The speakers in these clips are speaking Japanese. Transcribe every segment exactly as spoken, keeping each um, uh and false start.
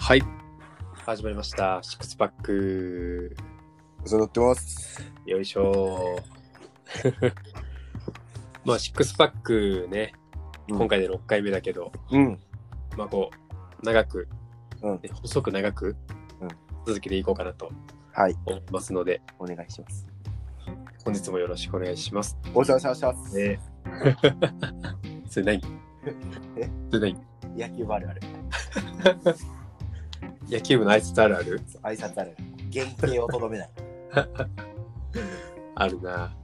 はい、始まりましたシックスパック。 お世話になってます。 よいしょまあシックスパックね、うん、今回でろっかいめだけど、 うん、 まあこう長く、 うん、 細く長く、うん、続けていこうかなと思いますので、 はい、お願いします。 本日もよろしくお願いします。 お願いします。 ね、それ何えそれ何野球部あるある野球部の挨拶あるある挨拶ある原型をとどめないあるな。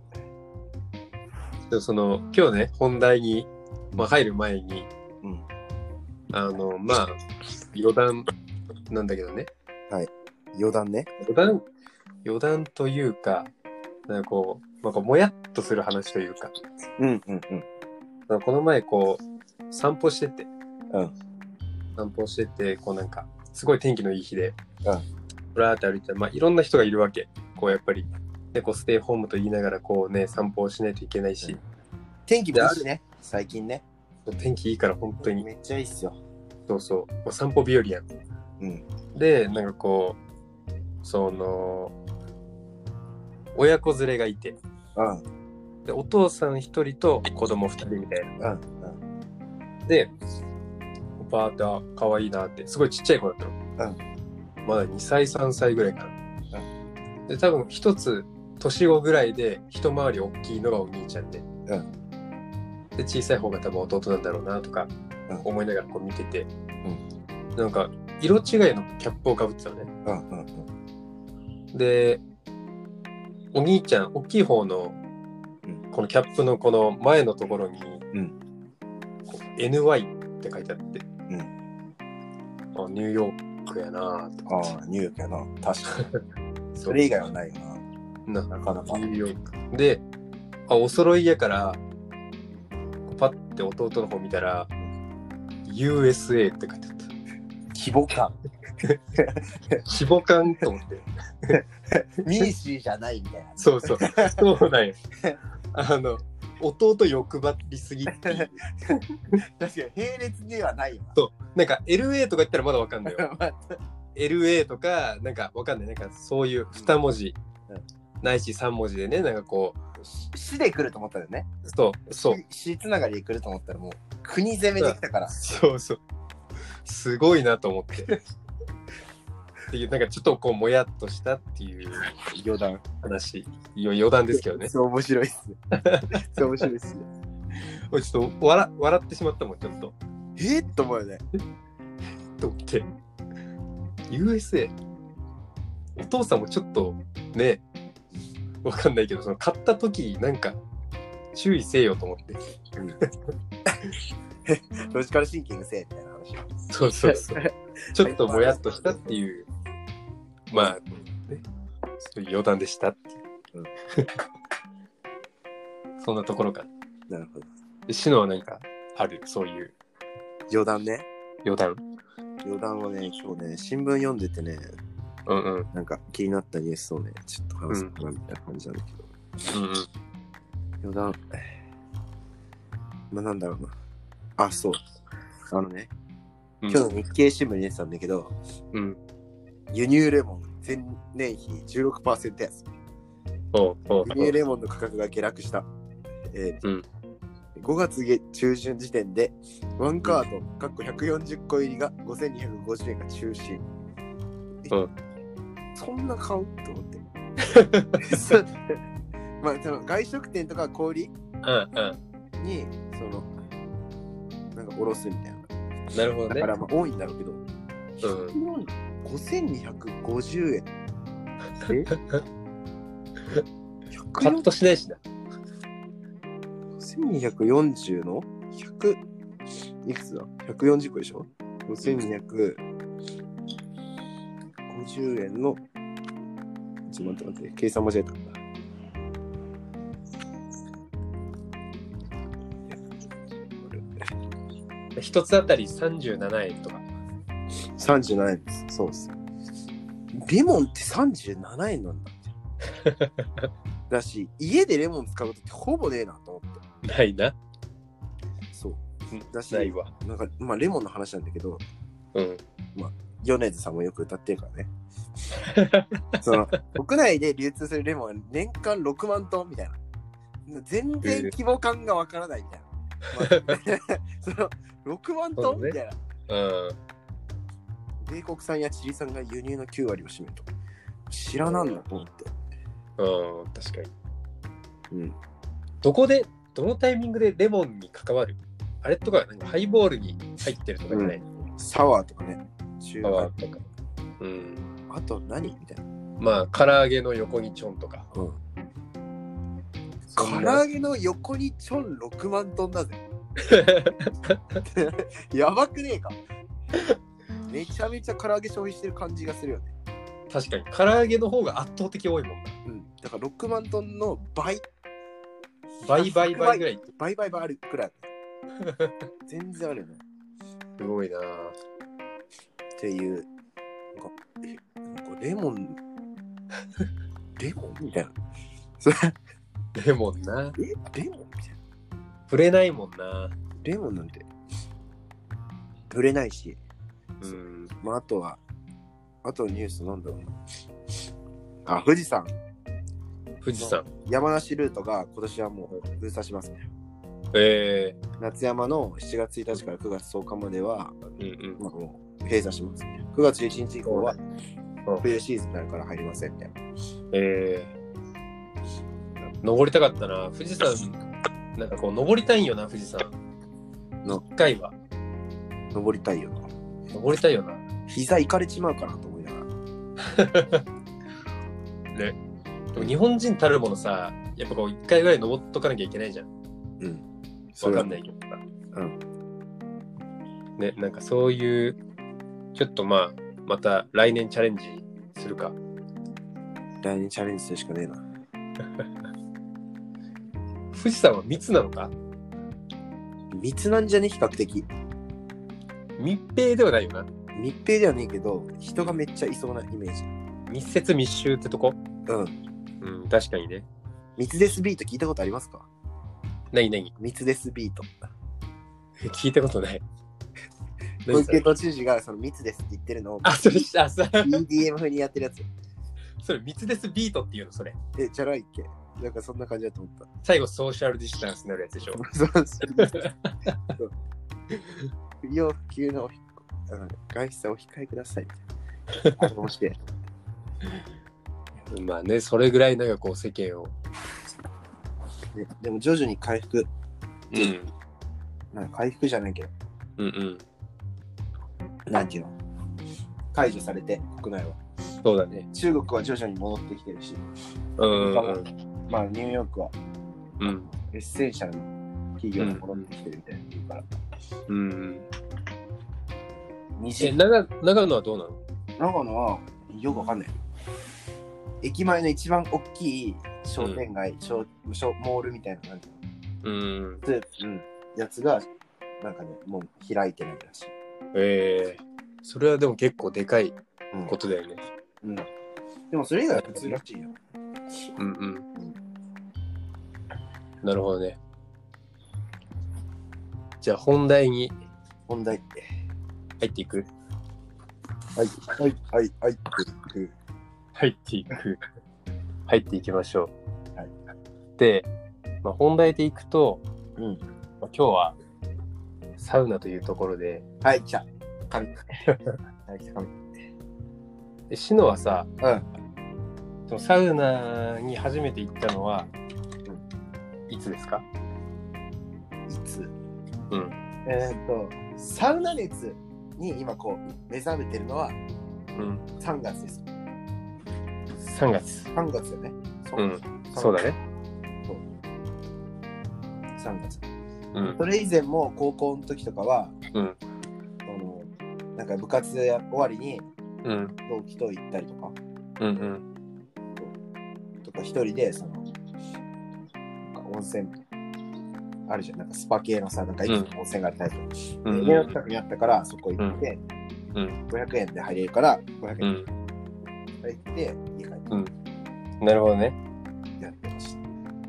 でもその今日ね本題に、まあ、入る前に、うん、あのまあ余談なんだけどね。 はい。余談ね。 余談余談というか、なんかこう、まあ、こうもやっとする話というか。 うんうんうん。この前こう散歩してて、 うん、 散歩しててこうなんかすごい天気のいい日で、 うん、 ぶらーって歩いてたら、まあいろんな人がいるわけ。こうやっぱり。でこうステイホームと言いながらこうね散歩をしないといけないし、うん、 天気もいいしね最近ね。 天気いいから本当にめっちゃいいっすよ。 そうそう、まあ、散歩日和やん、うん、でなんかこうその親子連れがいて、うん、でお父さん一人と子供二人みたいな、うんうん、でバーッと可愛いなってすごいちっちゃい子だったの、うん、まだにさいさんさいぐらいかな、うん、で多分一つ年子ぐらいで一回り大きいのがお兄ちゃんで、うん、で小さい方が多分弟なんだろうなとか思いながらこう見てて、うん、なんか色違いのキャップをかぶってたのね、うんうんうん、でお兄ちゃん大きい方のこのキャップのこの前のところに、うん、エヌワイ って書いてあって、うん、あニューヨークやなとか。 ああニューヨークやな確かにそれ以外はないよな。 なかなかニューヨークで、あお揃いやからパッて弟の方見たら ユーエスエー って書いてあった。 規模感規模感と思ってミーシーじゃないみたいな。 そうそうそうなんよあの弟欲張りすぎっていう確かに並列ではないよな。 そうなんか エルエー とか言ったらまだわかんないよエルエー とかなんかわかんないなんかそういうに文字、うん、ないしさん文字でねなんかこう死で来ると思ったよね。 そうそう死つながりで来ると思ったらもう国攻めできたから。 そうそうすごいなと思ってっていうなんかちょっとこうもやっとしたっていう余談話余談ですけどね。 そう面白いっすそう面白いっすね俺ちょっと笑笑ってしまったもんちょっとえっと思うよねと思って ユーエスエー お父さんもちょっとねわかんないけどその買った時なんか注意せよと思ってロジカルシンキングせえみたいな話。 そうそうそうちょっともやっとしたっていうまあ、ね、そういう余談でしたっていう、うん、そんなところかな。なるほど。 でシノはなんかあるそういう余談ね。 余談余談はね今日ね新聞読んでてね、うんうん、なんか気になったニュースをねちょっと話すかなみたいな感じなんだけど、うんうん、余談まあなんだろうなあそうあのね、うん、今日の日経新聞に出てたんだけど、うん、輸入レモン前年比 じゅうろくパーセント 安おお輸入レモンの価格が下落した、えーうん、ごがつ中旬時点でワンカート、うん、ひゃくよんじゅっこ入りがごせんにひゃくごじゅうえんが中心、うん、そんな買うと思ってまあその外食店とか小売り、うんうん、にそのなんかおろすみたいな。 なるほどね。 だからまあ多いんだろうけど、うん、ごせんにひゃくごじゅうえんえカットしないしな。 ごせんにひゃくよんじゅうのひゃくいくつだ ?ひゃくよんじゅっこでしょ ?ごせんにひゃくごじゅうえんのちょっと待って待って計算間違えたんだ。 一つあたりさんじゅうななえんとか。 さんじゅうななえんです。そうです。レモンってさんじゅうななえんなんだってだし家でレモン使うことってほぼねえなと思って。 ないな。 そうだしないわ。 なんかまあレモンの話なんだけど、うん、まあ米津さんもよく歌ってるからね。その国内で流通するレモンは年間ろくまんトンみたいな。全然規模感がわからないみたいな。まあ、そのろくまんトン、ね、みたいな。うん。米国産やチリ産が輸入のきゅうわりを占めると。知らなんだと思って。 うん、確かに。うん。どこで、どのタイミングでレモンに関わる？あれとか、なんかハイボールに入ってるとかじゃない、 うん、サワーとかね。 サワーとか。 うん。あと何みたいな。 まあ、唐揚げの横にちょんとか。うん。 唐揚げの横にちょんろくまんトンだぜ。やばくねえか。めちゃめちゃ唐揚げ消費してる感じがするよね。 確かに唐揚げの方が圧倒的多いもんな。 うん。だからろくまんトンの倍。 倍倍倍ぐらい。 倍倍倍あるくらい。全然あるよね。 すごいなぁ。 っていう。なんか、え、なんかレモン、レモンみたいな。 レモンな。 え、レモンみたいな。 触れないもんな。 レモンなんて触れないし。うん。まあ、あとは、あとニュースなんだろうな。あ、富士山。 富士山。 山梨ルートが今年はもう封鎖しますね。 えー、夏山のしちがつついたちからくがつとおかまでは、うんうんまあ、もう閉鎖しますね。くがつじゅういちにち以降は冬シーズンになるから入りませんみたいな。えー、登りたかったな。富士山、なんかこう登りたいんよな、富士山。のいっかいは。 登りたいよな。 登りたいよな。 膝いかれちまうかなと思いながら。 ね。でも日本人たるものさ、やっぱこういっかいぐらい登っとかなきゃいけないじゃん。うん。わかんないけどさ。うん。ね、なんかそういう、ちょっとまあ、また来年チャレンジするか。 来年チャレンジするしかねえな。 富士山は密なのか？ 密なんじゃね比較的。 密閉ではないよな。 密閉ではねえけど、人がめっちゃいそうなイメージ。 密接密集ってとこ？うん。うん、確かにね。 密デスビート聞いたことありますか？ 何何？ 密デスビート。 聞いたことない。 小池都知事がその密ですって言ってるのを、 あ、それ、あ、それイーディーエム 風にやってるやつ。 それ、密ですビートっていうの、それ。 え、チャラいっけ？なんかそんな感じだと思った。 最後、ソーシャルディスタンスになるやつでしょ。そう不要不急の外出をお控えください。あのして。 まあね、それぐらいなんかこう世間を。 ね、でも徐々に回復。うん。なんか回復じゃないけど。うんうん。なんていうの？解除されて、国内は。 そうだね。 中国は徐々に戻ってきてるし。うん、うん。まあ、ニューヨークは、うん。エッセンシャルの企業が戻ってきてるみたいな言うから。うん。 え、長, 長野はどうなの？ 長野は、よくわかんない。駅前の一番大きい商店街、うん、モールみたいな感じの、うんうん、やつがなんかねもう開いてないらしい。 えー、それはでも結構でかいことだよね。 うん。うん、でもそれ以外は普通らしいよ。うんうん。うん、 なるほどね。じゃあ本題に本題って入っていく。 はいはいはいはい。 入っていく。入っていきましょう。はい、で、まあ、本題でいくと、うんまあ、今日はサウナというところで。 はい、来た。神。はい、来た神。 で、シノはさ、うん、そのサウナに初めて行ったのは、うん、いつですか？ いつ？うん。えー、っと、サウナ熱に今こう目覚めてるのは、うん、さんがつです。 さんがつ。 さんがつよね。 そう、うん、そうだね。そう。 さんがつ。うん。それ以前も高校の時とかは、うん。あの、なんか部活終わりに、うん。同期と行ったりとか、うんうん。とか一人で、その、なんか温泉、あるじゃん。なんかスパ系のさ、なんかいくつも温泉があったりとか。うん、家の近くにあったから、そこ行って、うん。ごひゃくえんで入れるから、ごひゃくえん。うん入って家帰って、 うん、なるほどね。 やってました。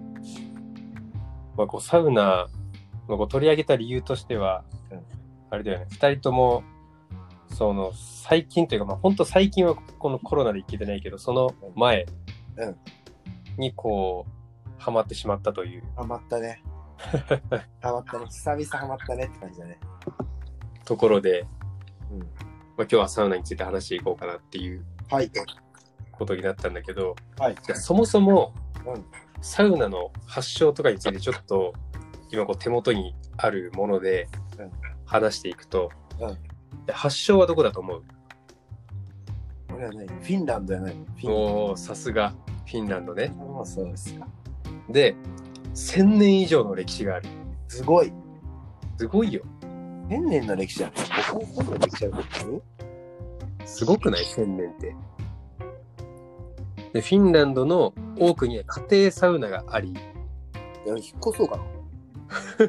まあこうサウナのこう取り上げた理由としては、うん、あれだよね。二人ともその最近というか、まあ本当最近はこのコロナで行けてないけど、その前にこうハマってしまったという。 ハマったね。ハマったね。久々ハマったねって感じだね。 ところで、 うん、 まあ今日はサウナについて話していこうかなっていうことになったんだけど、 はい、 じゃあそもそも、 うん、 サウナの発祥とかについてちょっと今こう手元にあるもので話していくと、 うん、 発祥はどこだと思う？ 俺はね、フィンランドじゃないの。 おー、さすがフィンランドね。 ああ、そうですか。 で、せんねん以上の歴史がある。 すごい。 すごいよ。 せんねんの歴史じゃん。ごほんの歴史あるの？ すごくない？せんねんって。で、フィンランドの多くには家庭サウナがあり。 いや、引っ越そうかな。 引っ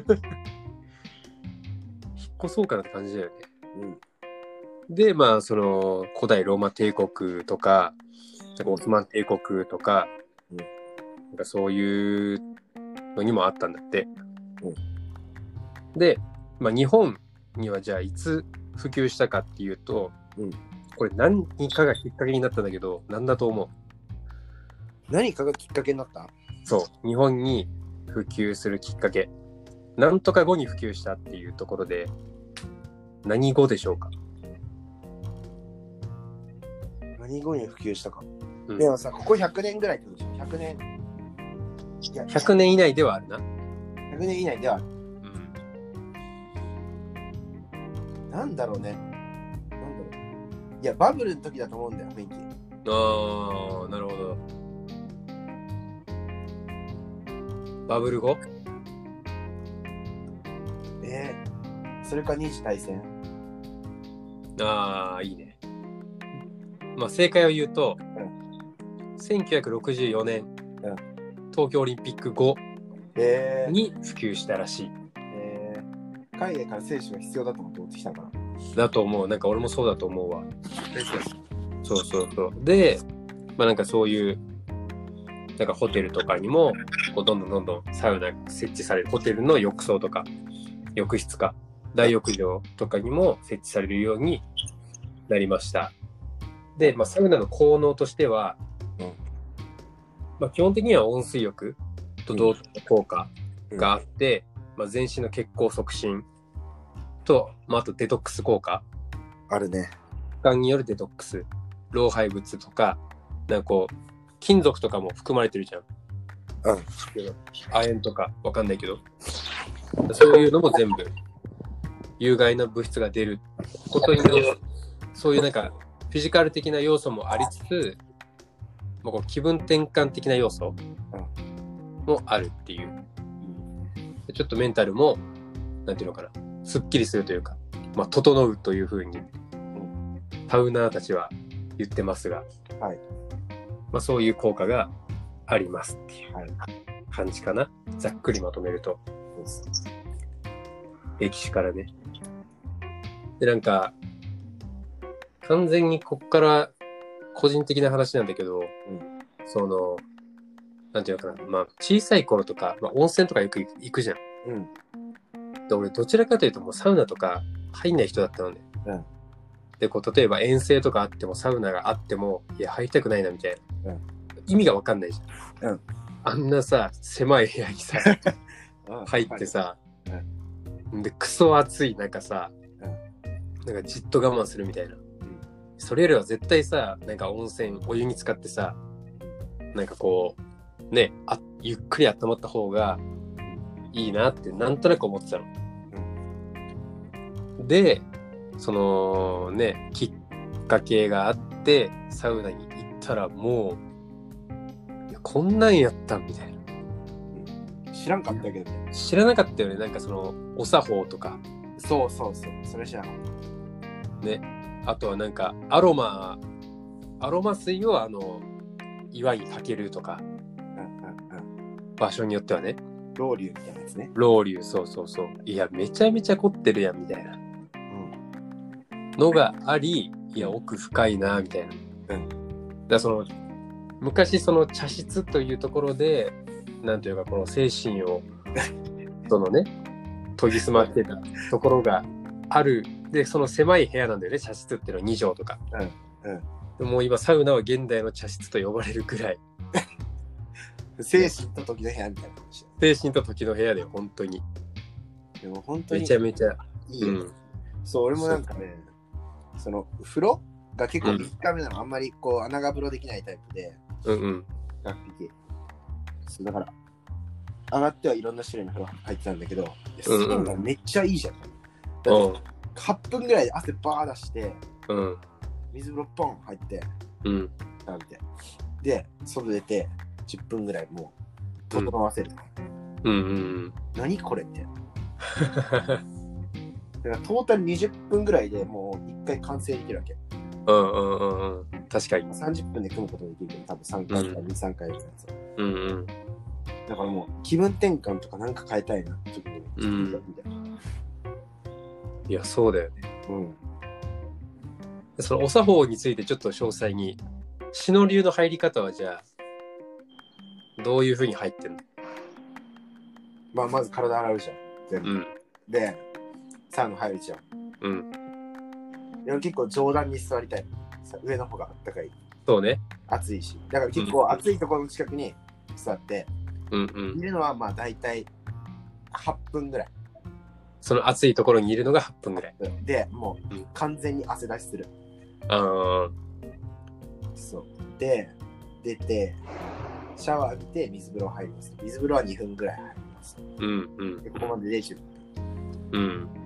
越そうかなって感じだよね。うん。で、まあ、その、古代ローマ帝国とか、なんかオスマン帝国とか、うん、なんかそういうのにもあったんだって。うん、で、まあ、日本にはじゃあいつ普及したかっていうと、うん、これ何かがきっかけになったんだけど、何だと思う？ 何かがきっかけになった？ そう、日本に普及するきっかけ。なんとか後に普及したっていうところで、何語でしょうか？ 何語に普及したか。うん、でもさ、ここひゃくねんぐらいってことでしょ？ ひゃく 年。 いや、ひゃくねん以内ではあるな。 ひゃくねん以内ではある。うん。なんだろうね。なんだろう。いや、バブルの時だと思うんだよ、雰囲気。 ああ、なるほど。バブル後？ えー、それか二次大戦？ ああ、いいね。まあ正解を言うと、うん、せんきゅうひゃくろくじゅうよねん、うん、東京オリンピック後に普及したらしい。 えー、海外から選手が必要だと思って持ってきたから。 だと思う。なんか俺もそうだと思うわ。そうそうそう。で、まあなんかそういうなんかホテルとかにもこうどんどんどんどんサウナ設置される、ホテルの浴槽とか浴室か大浴場とかにも設置されるようになりました。で、まあ、サウナの効能としては、うんまあ、基本的には温水浴と同等の効果があって、うんまあ、全身の血行促進と、まあ、あとデトックス効果あるね。 がんによるデトックス、老廃物とかなんかこう金属とかも含まれてるじゃん。うん。亜鉛とかわかんないけど、そういうのも全部有害な物質が出ることによる、そういうなんかフィジカル的な要素もありつつ、まあ、こう気分転換的な要素もあるっていう。ちょっとメンタルもなんていうのかな、すっきりするというか、まあ整うというふうにサウナーたちは言ってますが、はい。まあそういう効果がありますっていう感じかな。ざっくりまとめると。歴史からね。でなんか。完全にこっから個人的な話なんだけど、うん、その、なんていうのかな、まあ小さい頃とか、まあ、温泉とかよく行くじゃん。うん。で、俺どちらかというともうサウナとか入んない人だったのね。うん。で、こう例えば遠征とかあってもサウナがあっても、いや入りたくないなみたいな。うん。意味がわかんないじゃん。うん。あんなさ、狭い部屋にさ、入ってさ、うん、で、クソ暑い中さ、うん、なんかじっと我慢するみたいな。それよりは絶対さ、なんか温泉、お湯に浸かってさ、なんかこう、ね、あゆっくり温まった方がいいなってなんとなく思ってたの。うん、で、そのね、きっかけがあって、サウナに行ったらもう、いやこんなんやったみたいな。知らんかったけどね。 知らなかったよね、なんかその、お作法とか。 そうそうそう、それ知らなかった。 ね。あとはなんかアロマアロマ水をあの岩にかけるとか、うんうんうん、場所によってはね、 ロウリュみたいなやつね。 ロウリュ、そうそうそう。いやめちゃめちゃ凝ってるやんみたいな、うん、のがあり、いや奥深いなみたいな。うん。だからその昔その茶室というところでなんていうかこの精神をそのね研ぎ澄まってたところがあるで、その狭い部屋なんだよね、茶室っていうのはに畳とか。 うん。うん。 でも今、サウナは現代の茶室と呼ばれるくらい。 精神と時の部屋みたいな話。 精神と時の部屋で、本当に。 でも本当に。 めちゃめちゃ。 いいよ、ね。うん。そう、俺もなんかね、その、風呂が結構短めなの、うん、あんまりこう、穴が風呂できないタイプで。うんうん。比較的。そう、だから、上がってはいろんな種類の風呂入ってたんだけど、スインがめっちゃいいじゃん。うんうん、はっぷんぐらいで汗バー出して、うん、水風呂ポン入って、うん、なんて。で、外出てじゅっぷんぐらいもう整わせる。うんうんうん、何これって。だからトータルにじゅっぷんぐらいでもういっかい完成できるわけ。うんうんうんうん。確かに。さんじゅっぷんで組むことができるけど、多分さんかいかに、さんかいやるやつ。うんうん。だからもう気分転換とかなんか変えたいなって時に、うん、みたいな。いや、そうだよね。うん。そのお作法についてちょっと詳細に、志野流の入り方はじゃあ、どういう風に入ってんの？まあ、まず体洗うじゃん。全部。うん、で、サウナ入るじゃん。うん。でも結構上段に座りたい。上の方があったかい。そうね。暑いし。だから結構暑いところの近くに座って、うんうん、いるのはまあ大体はっぷんぐらい。その暑いところにいるのがはっぷんぐらい。で、もう完全に汗出しする。うん、ああ。そう。で、出て、シャワー浴びて水風呂入ります。水風呂はにふんぐらい入ります。うんうん。で、ここまででじゅっぷん。うん。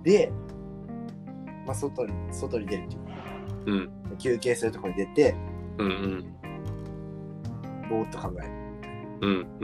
で、まあ外に、外に出るっていうか、うん。休憩するところに出て、うんうん。ぼーっと考える。うんうん。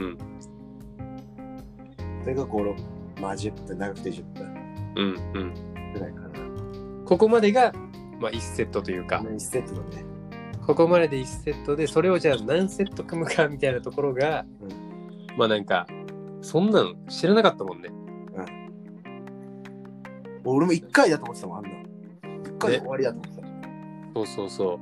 それがご、ろく、まあじゅっぷん、長くてじゅっぷん。うんうん。ぐらいかな。ここまでが、まあいちセットというか。いちセットだね。ここまででいちセットで、それをじゃあ何セット組むかみたいなところが、うん、まあなんか、そんなの知らなかったもんね。うん。俺もいっかいだと思ってたもん、あんな。いっかいで終わりだと思ってた。そうそうそう。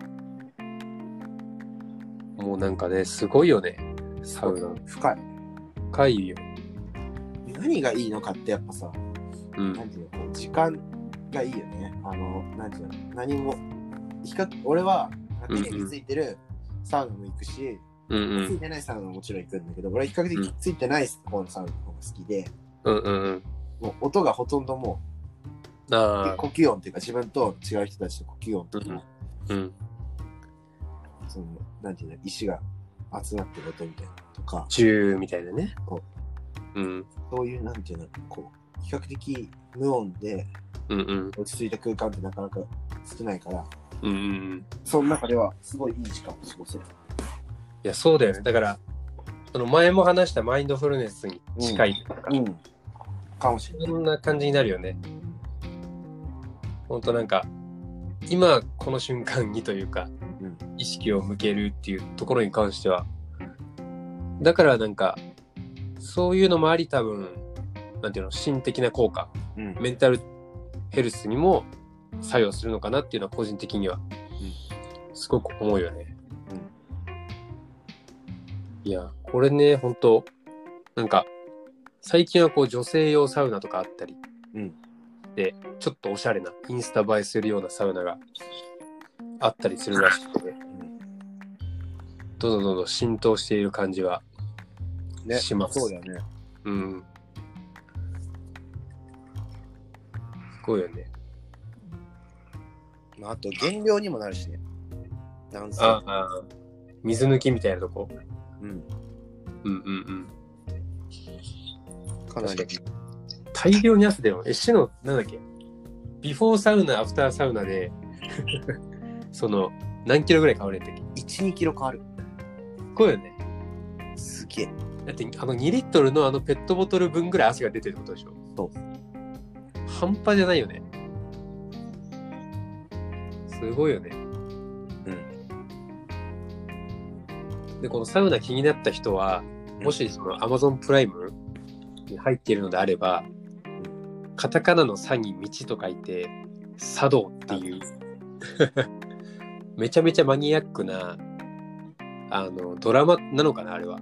もうなんかね、すごいよね。サウナ。深い。深いよ。何がいいのかってやっぱさ、うん、なんていうの、時間がいいよね。あの、なんていうの、何も、比較、俺は、手についてるサウナも行くし、うんうん、ついてないサウナももちろん行くんだけど、俺は比較的ついてない方のサウナの方が好きで、うんうんうん、もう音がほとんどもう、あ呼吸音っていうか自分と違う人たちの呼吸音とか、うんうん、その、なんていうの、石が集まってる音みたいなとか、チューみたいなね。こう、うん、そういう、なんていうの、こう、比較的無音で、うんうん、落ち着いた空間ってなかなか少ないから、うんうん、その中ではすごいいい時間を過ごせる。いや、そうだよね。だから、その前も話したマインドフルネスに近いとか、うんうん、かもしれない。そんな感じになるよね。ほんとなんか、今この瞬間にというか、うん、意識を向けるっていうところに関しては、だからなんか、そういうのもあり多分、なんていうの、心的な効果、うん、メンタルヘルスにも作用するのかなっていうのは個人的にはすごく思うよね。うん、いやこれね本当なんか最近はこう女性用サウナとかあったり、うん、でちょっとおしゃれなインスタ映えするようなサウナがあったりするらしくて、うん、どんどんどんどん浸透している感じはします。ね、そうだよね。うん。すごいよね。まあ、あと減量にもなるしね。男性。ああ、水抜きみたいなとこ。うん。うんうんうん。かなり。大量に汗出るの。え、しの、なんだっけビフォーサウナ、アフターサウナで、その、何キロぐらい変わるんだっけ ?いち、にキロ変わる。すごいよね。すげえ。だって、あのにリットルのあのペットボトル分ぐらい汗が出てるってことでしょ。そう。半端じゃないよね。すごいよね。うん。で、このサウナ気になった人は、もしその Amazon プライムに入っているのであれば、うん、カタカナのサに道と書いて、茶道っていう、めちゃめちゃマニアックな、あの、ドラマなのかな、あれは。うん。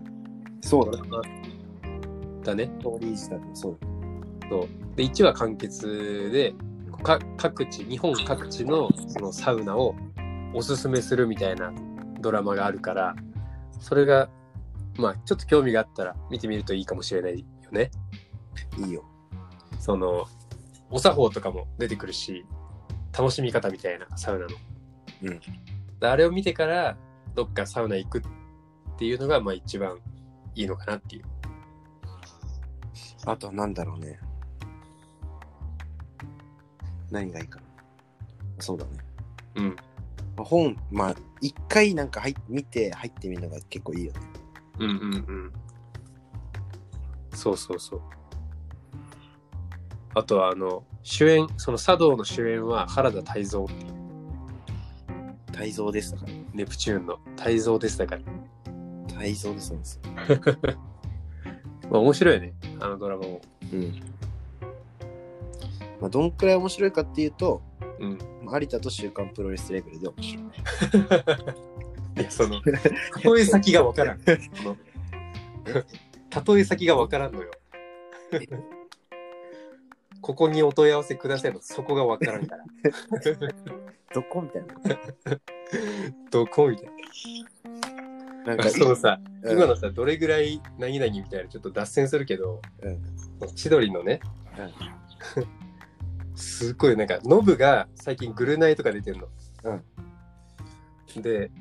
そうだね。だね。ストーリー自体もそうだ。そう。で、いちわ完結で、こか各地日本各地のそのサウナをおすすめするみたいなドラマがあるから、それがまあちょっと興味があったら見てみるといいかもしれないよね。 いいよ。 そのお作法とかも出てくるし、楽しみ方みたいなサウナの、うん、あれを見てからどっかサウナ行くっていうのがまあ一番いいのかなっていう。 あとはなんだろうね。何がいいかな。そうだね。うん。本、まあ一回なんか入見て入ってみるのが結構いいよね。 うんうんうん。そうそうそう。あとはあの主演、その茶道の主演は原田泰造っていう。 泰造ですだから。 ネプチューンの泰造ですだから。 泰造ですなんですよ。 まあ面白いね、あのドラマも。うん。 まあどんくらい面白いかっていうと、うん。有田と週刊プロレスレベルで面白い。 いやその例え先がわからん。その例え先がわからんのよ。ここにお問い合わせくださいのそこがわからんから。 どこみたいな。 どこみたいな。なんかそのさ、うん、今のさどれぐらい何々みたいなちょっと脱線するけど、うん、千鳥のね、うん、すっごいなんかノブが最近グルナイとか出てるの。うん、で、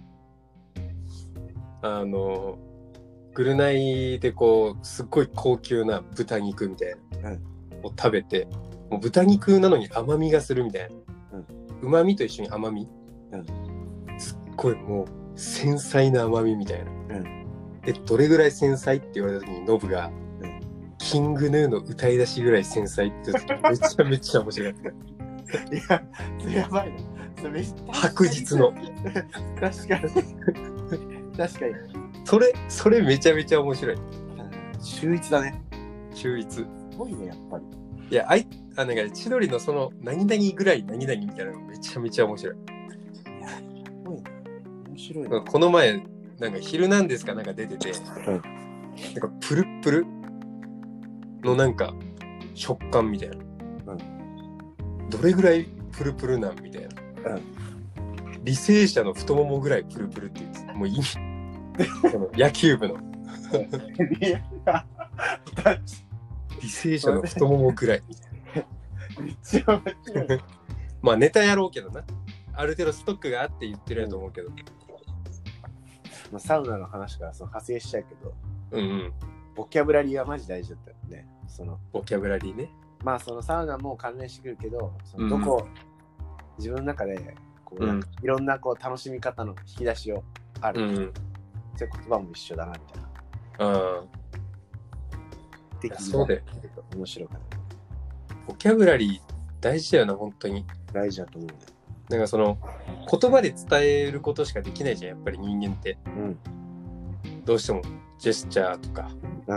あのグルナイでこうすっごい高級な豚肉みたいな。うんを食べて、もう豚肉なのに甘みがするみたいな、うま、ん、みと一緒に甘み、うん、すっごいもう繊細な甘みみたいな、うん、えどれぐらい繊細って言われた時にノブが、うん、キングヌーの歌い出しぐらい繊細って言った時めちゃめちゃ面白かった。いやそれやばいな、それ白日の確かに確かにそれそれめちゃめちゃ面白い。 秀逸だね。 秀逸すごいね、やっぱり。 いや、あい、あ、なんか、千鳥のその、何々ぐらい何々みたいなのめちゃめちゃ面白い。いや、すごいね。面白いね。この前、なんか、ヒルナンデスかなんか出てて、うん、なんか、プルップルのなんか、食感みたいな。うん、どれぐらいプルプルなんみたいな。うん、履正社の太ももぐらいプルプルって言って、もう意味。野球部の。履正社の太ももくらいみたいな。めっちゃ面白い。まあネタやろうけどな。ある程度ストックがあって言ってるやと思うけど。 まあ、サウナの話からその派生しちゃうけど、うんうん、ボキャブラリーはマジ大事だったよね。そのボキャブラリーね。 まあそのサウナも関連してくるけど、そのどこ、うん、自分の中でこう、うん、いろんなこう楽しみ方の引き出しをある。うん、そういう言葉も一緒だなみたいな。うん。 そうだよ。 面白かった。 ボキャブラリー大事だよな、本当に。 大事だと思うね。 なんかその言葉で伝えることしかできないじゃん、やっぱり人間って。うん、どうしてもジェスチャーとか。うん、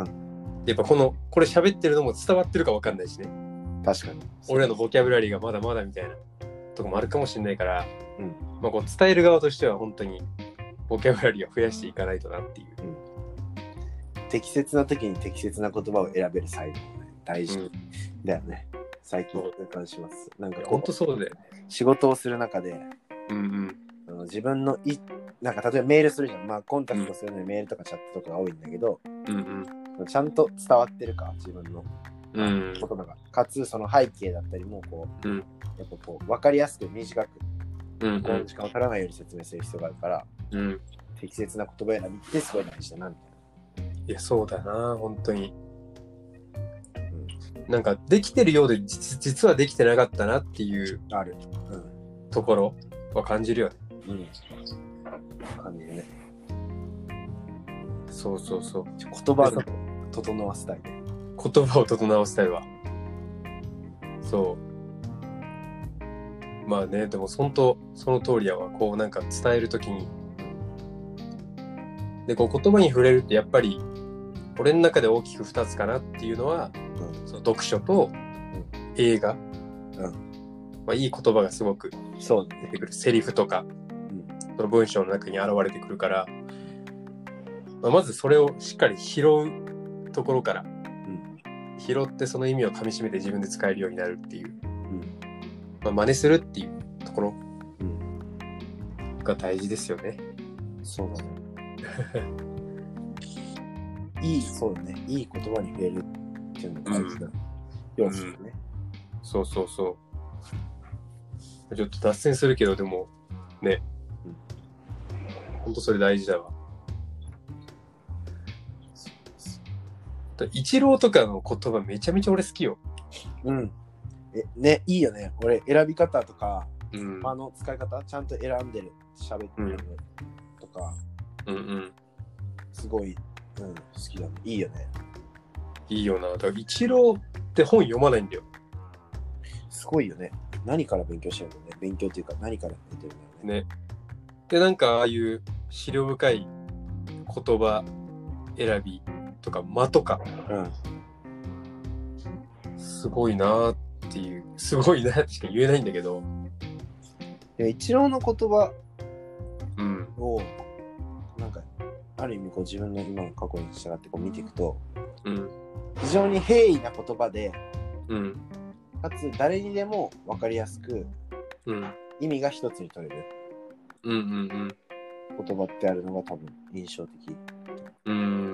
やっぱこのこれ喋ってるのも伝わってるか分かんないしね。 確かに。 俺らのボキャブラリーがまだまだみたいなとこもあるかもしれないから、うん、まあこう伝える側としては本当にボキャブラリーを増やしていかないとなっていう。うん、 適切な時に適切な言葉を選べる才能、ね、大事だよね、うん、最近痛感します。なんか本当そうだよね。 仕事をする中で、うんうん、あの自分のいなんか例えばメールするじゃん、まあコンタクトするのにメールとかチャットとかが多いんだけど、うんうん、ちゃんと伝わってるか自分の言葉が、うん、かつその背景だったりもこう、うん、やっぱこう分かりやすく短く、うんうん、こう時間を取らないように説明する必要があるから、うん、適切な言葉選びってすごい大事だなみたいな。 いやそうだな本当に、うん、なんかできてるようで実、実はできてなかったなっていうある、うん、ところは感じるよね。うん、感じるね。そうそうそう。 言葉を整わせたい。 言葉を整わせたいわ。そう。まあねでも本当その通りやわ。こうなんか伝えるときに。でこう言葉に触れるってやっぱり俺の中で大きくふたつかなっていうのは、うん、その読書と映画、うんまあ、いい言葉がすごく出てくるセリフとか、うん、その文章の中に現れてくるから、まあ、まずそれをしっかり拾うところから、うん、拾ってその意味をかみしめて自分で使えるようになるっていう、うん、 まあ、真似するっていうところが大事ですよね。 うん、そうだね。いい、そうだね。いい言葉に触れるっていうのが大事な要素だね、うんうん。 そうそうそう。ちょっと脱線するけど、でもね、うん、ほんとそれ大事だわ。イチローとかの言葉めちゃめちゃ俺好きよ。 うん。え、ね、いいよね。俺、選び方とか、うん、あの使い方、ちゃんと選んでる、喋ってるとか、うんうん、すごい、うん、好きだね。いいよね。 いいよな。だからイチローって本読まないんだよ。 すごいよね。何から勉強してるのね。勉強っていうか何から出てるんだよね。ね。 で、なんかああいう資料深い言葉選びとか間とか、うん、すごいなーっていう、すごいなってしか言えないんだけど。 いや、イチローの言葉を、うん、なんかある意味こう自分の今の過去に従ってこう見ていくと、うん、非常に平易な言葉で、うん、かつ誰にでも分かりやすく、うん、意味が一つに取れる、うんうんうん、言葉ってあるのが多分印象的。うん、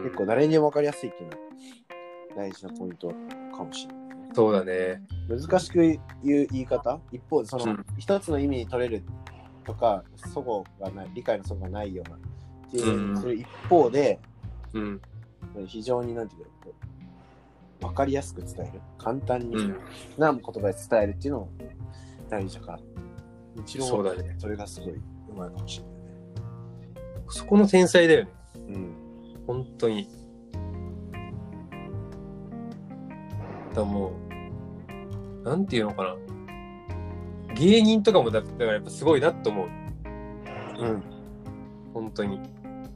結構誰にでも分かりやすいっていうのは大事なポイントかもしれない。 そうだね。 難しく言う言い方、一方でその、うん、一つの意味に取れるとか、齟齬がない、理解の齟齬がないようなっていうする一方で、うん、非常になんていうか分かりやすく伝える、簡単にな言葉で伝えるっていうのも大事だから、もちろんそうだね。それがすごいうまいかもしれないね。 そこの天才だよね。うん。本当に。だもうなんていうのかな。芸人とかもだからやっぱすごいなと思う。うん。本当に。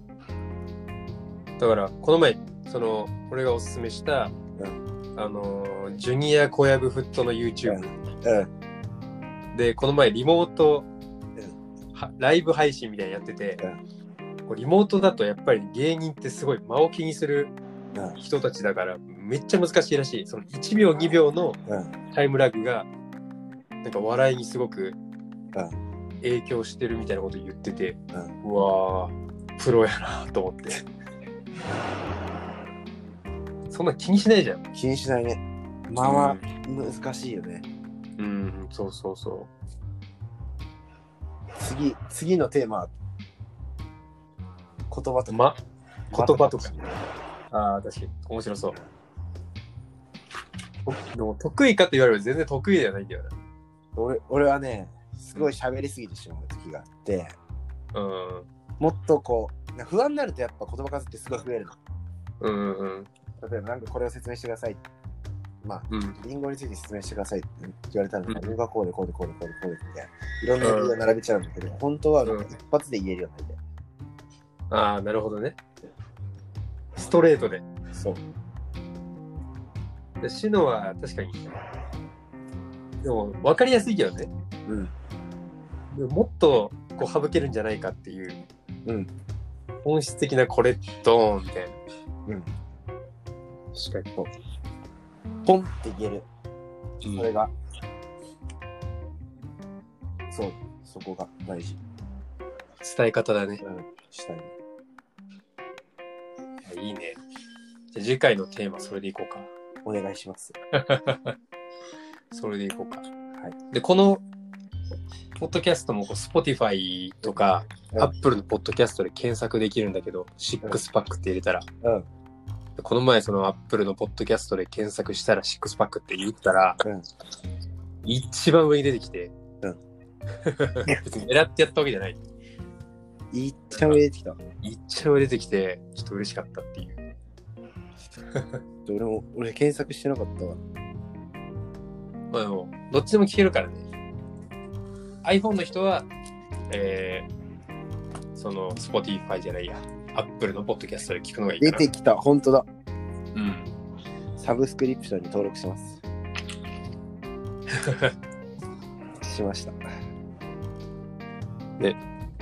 だからこの前その俺がおすすめした、うん、あのジュニア小籔フットの YouTube、うんうん、でこの前リモート、うん、ライブ配信みたいなやってて、うん、こうリモートだとやっぱり芸人ってすごい間を気にする人たちだからめっちゃ難しいらしい。そのいちびょうにびょうのタイムラグがなんか笑いにすごく影響してるみたいなこと言ってて、うん、うわープロやなと思ってそんな気にしないじゃん。 気にしないね。まあまあ難しいよね。 うん、うん、そうそうそう。 次次のテーマ言葉とか、 ま、言葉とか。ああ確かに面白そう。でも得意かと言われると全然得意ではないんだよな。 俺俺はねすごい喋りすぎてしまう時があって、うん、もっとこう不安になるとやっぱ言葉数ってすごい増えるの。うんうん。例えばなんかこれを説明してください。まあ、うん、リンゴについて説明してくださいって言われたら、理由がこうでこうでこうでこうでこうでみたいな。いろんな理由が並べちゃうんだけど、うん、本当はなんか一発で言えるようになりたい。ああ、なるほどね。ストレートで。そう。でシノは確かに。でも分かりやすいけどね。うん。でももっとこう省けるんじゃないかっていう。うん。本質的なこれドーンみたいな。うん。確かにこう。 ポンって言える。それが、うん、そう、そこが大事。 伝え方だね。うん、 したいね。 いいね。じゃあ次回のテーマそれでいこうか。 お願いします。 それでいこうか。はい。でこのポッドキャストもこう Spotify とか、うん、Apple のポッドキャストで検索できるんだけど、シックスパックって入れたら。うん。この前その Apple のポッドキャストで検索したらシックスパックって言ったら、うん、一番上に出てきて、うん、別に狙ってやったわけじゃない。 いっちゃ上出てきた。 いっちゃ上出てきて、ちょっと嬉しかったっていう。 俺も、俺検索してなかったわ。 まあでも、どっちでも聞けるからね。iPhone の人は、えー、その Spotify じゃないや。Apple のポッドキャストで聞くのがいいかな。 出てきた、本当だ。うん。サブスクリプションに登録します。しました。 ね。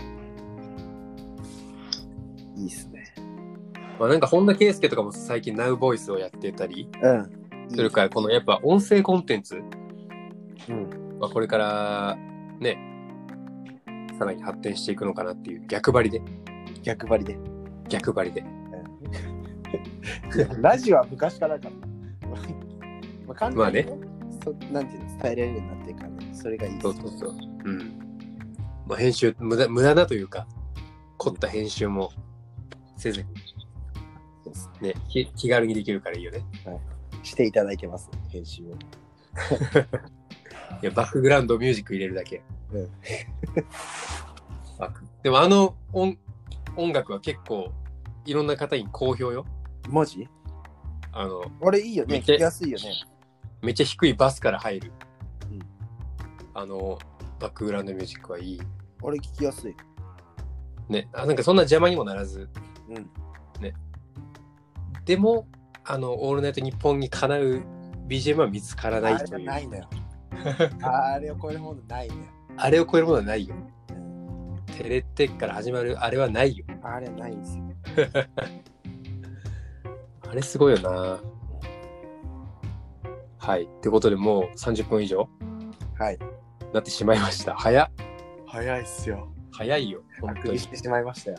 いいっすね。 まあなんか本田圭佑とかも最近 Now Voice をやってたり、うん。するからこのやっぱ音声コンテンツまあ、これからね、さらに発展していくのかなっていう逆張りで。 逆張りで。 逆張りで。 ラジオは昔からかな。まあ、簡単に、 まあね。 そなんていうの、伝えられるようになってるからね。それがいいです。 そうそうそう。うん。まあ、編集無駄、無駄なというか、凝った編集もせずに、そうですね、気、気軽にできるからいいよね。 はい。していただいてます、編集を。 いや、バックグラウンドミュージック入れるだけ。 うん、 でもあの音、音楽は結構いろんな方に好評よ。 マジ？ あの、 あれいいよね。聞きやすいよね。 めっちゃ低いバスから入る。 うん、 あの、バックグラウンドミュージックはいい。 あれ聞きやすい。 ね、あ、なんかそんな邪魔にもならず。 うん。 ね。でも、あの、オールナイトニッポンにかなう ビージーエム は見つからないという。 あれないんだよ。あれを超えるものないんだよ。 あれを超えるものはないよ。うん、テレテから始まるあれはないよ。 あれないんですよ。 あれすごいよな。はい。ってことでもうさんじゅっぷん以上はいなってしまいました。早っ。 早いっすよ。 早いよ。 本当にしてしまいましたよ。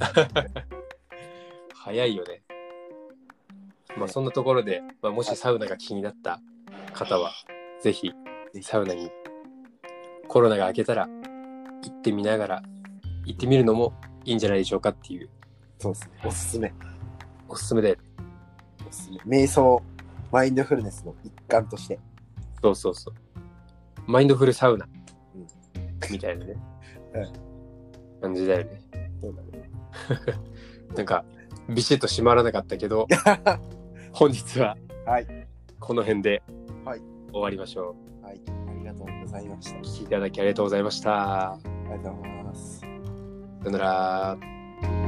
早いよね。まあそんなところで、まあ、もしサウナが気になった方は、ぜひサウナにコロナが明けたら行ってみながら行ってみるのもいいんじゃないでしょうかっていう。 そうですね。おすすめ。 おすすめで。 おすすめ。瞑想、マインドフルネスの一環として。 そうそうそう。マインドフルサウナ、うん、みたいなね、 うん、 感じだよね。 そうだね。 なんかビシッと締まらなかったけど本日はこの辺で終わりましょう。はい、ありがとうございました。 聞きいただきありがとうございました。 ありがとうございます。 さよなら。